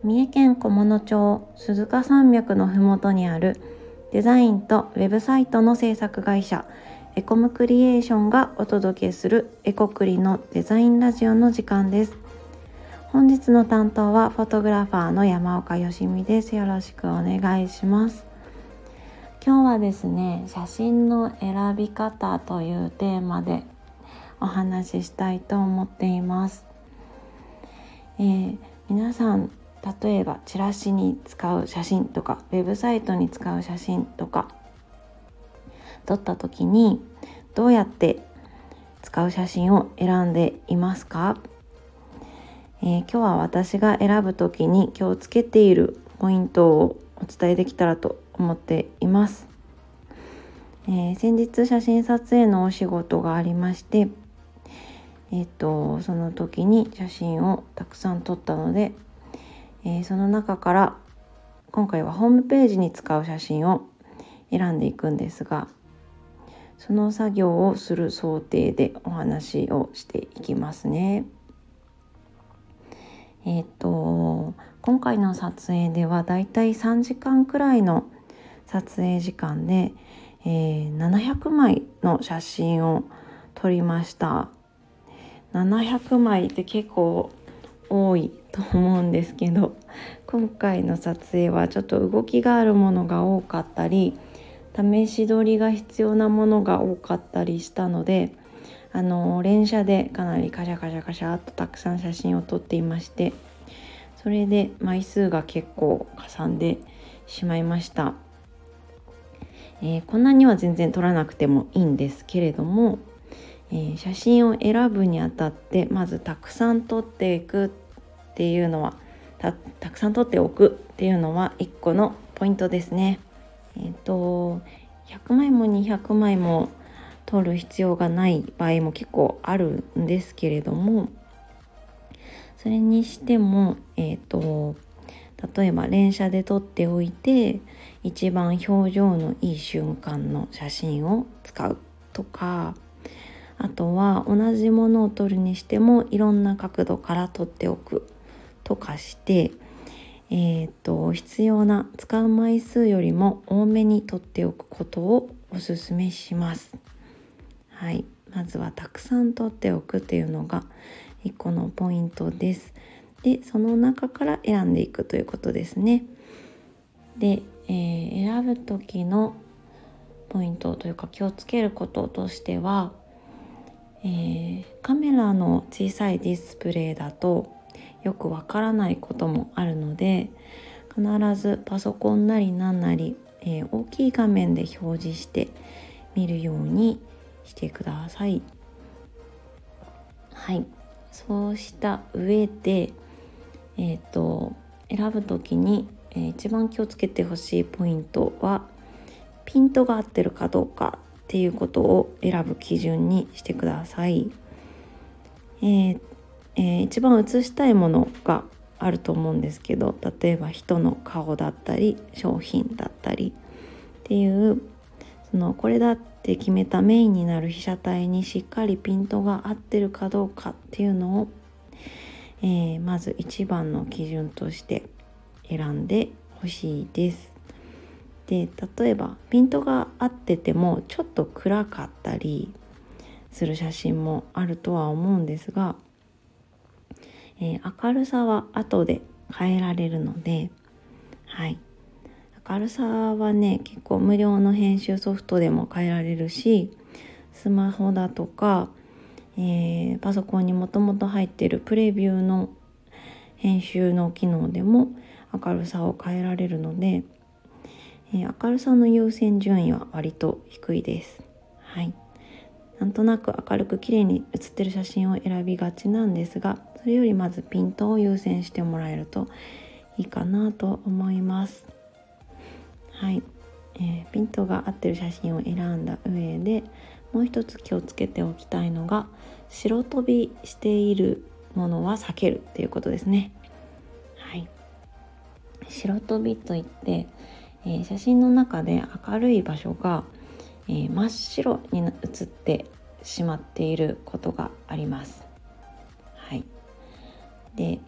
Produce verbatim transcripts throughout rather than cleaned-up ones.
三重県菰野町鈴鹿山脈のふもとにあるデザインとウェブサイトの制作会社エコムクリエーションがお届けするエコクリのデザインラジオの時間です。本日の担当はフォトグラファーの山岡よしみです。よろしくお願いします。今日はですね、写真の選び方というテーマでお話ししたいと思っています。えー、皆さん例えばチラシに使う写真とかウェブサイトに使う写真とか撮った時にどうやって使う写真を選んでいますか？えー、今日は私が選ぶ時に気をつけているポイントをお伝えできたらと思っています。えー、先日写真撮影のお仕事がありまして、えー、とその時に写真をたくさん撮ったので、えー、その中から今回はホームページに使う写真を選んでいくんですが、その作業をする想定でお話をしていきますね。えっと今回の撮影ではだいたいさんじかんくらいの撮影時間で、えー、ななひゃくまいの写真を撮りました。ななひゃくまいって結構多いと思うんですけど、今回の撮影はちょっと動きがあるものが多かったり、試し撮りが必要なものが多かったりしたので、あの連写でかなりカシャカシャカシャっとたくさん写真を撮っていまして、それで枚数が結構かさんでしまいました。えー、こんなには全然撮らなくてもいいんですけれども、えー、写真を選ぶにあたってまずたくさん撮っていくっていうのは た, たくさん撮っておくっていうのはいっこのポイントですね。えっとひゃくまいもにひゃくまいも撮る必要がない場合も結構あるんですけれども、それにしても、えっと例えば連写で撮っておいて一番表情のいい瞬間の写真を使うとか、あとは同じものを撮るにしてもいろんな角度から撮っておくとかして、えー、と必要な使う枚数よりも多めに撮っておくことをおすすめします。はい、まずはたくさん撮っておくっていうのがいっこのポイントです。で、その中から選んでいくということですね。で、えー、選ぶ時のポイントというか気をつけることとしては、えー、カメラの小さいディスプレイだとよくわからないこともあるので、必ずパソコンなりなんなり、えー、大きい画面で表示して見るようにしてください。はい、そうした上で、えー、と選ぶときに、えー、一番気をつけてほしいポイントはピントが合ってるかどうかっていうことを選ぶ基準にしてください。えーえー、一番写したいものがあると思うんですけど、例えば人の顔だったり商品だったりっていうそのこれだって決めたメインになる被写体にしっかりピントが合ってるかどうかっていうのを、えー、まず一番の基準として選んでほしいです。で、例えばピントが合っててもちょっと暗かったりする写真もあるとは思うんですが、えー、明るさは後で変えられるので、はい、明るさはね結構無料の編集ソフトでも変えられるし、スマホだとか、えー、パソコンにもともと入っているプレビューの編集の機能でも明るさを変えられるので、えー、明るさの優先順位は割と低いです。はい、なんとなく明るく綺麗に写ってる写真を選びがちなんですが、それよりまずピントを優先してもらえるといいかなと思います。はい、えー、ピントが合ってる写真を選んだ上でもう一つ気をつけておきたいのが、白飛びしているものは避けるっていうことですね。はい、白飛びといって、えー、写真の中で明るい場所が、えー、真っ白に写ってしまっていることがあります。はい、で、え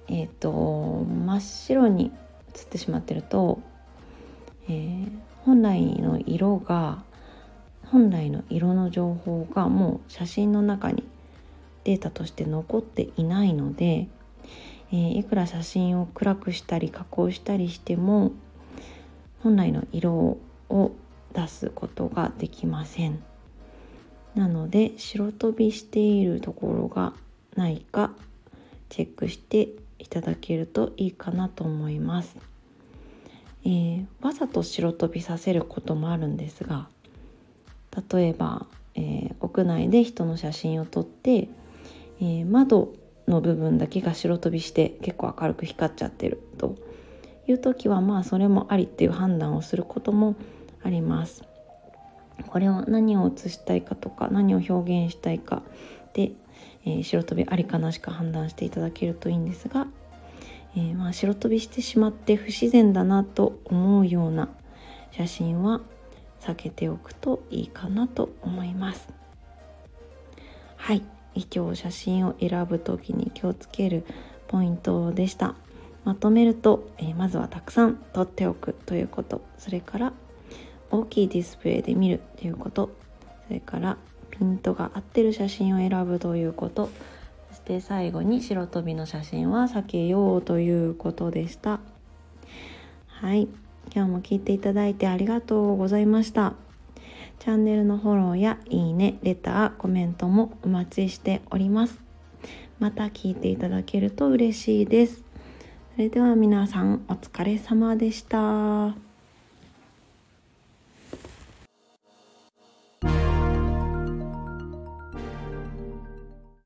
えーと、真っ白に写ってしまってると、えー、本来の色が本来の色の情報がもう写真の中にデータとして残っていないので、えー、いくら写真を暗くしたり加工したりしても本来の色を出すことができません。なので白飛びしているところがないかチェックしていただけるといいかなと思います。えー、わざと白飛びさせることもあるんですが、例えば、えー、屋内で人の写真を撮って、えー、窓の部分だけが白飛びして結構明るく光っちゃってるという時は、まあそれもありっていう判断をすることもあります。これは何を写したいかとか何を表現したいかで、えー、白飛びありかなしか判断していただけるといいんですが、えーまあ、白飛びしてしまって不自然だなと思うような写真は避けておくといいかなと思います。はい、以上写真を選ぶときに気をつけるポイントでした。まとめると、えー、まずはたくさん撮っておくということ、それから大きいディスプレイで見るということ、それからピントが合ってる写真を選ぶということ、そして最後に白飛びの写真は避けようということでした。はい、今日も聞いていただいてありがとうございました。チャンネルのフォローやいいね、レター、コメントもお待ちしております。また聞いていただけると嬉しいです。それでは皆さんお疲れ様でした。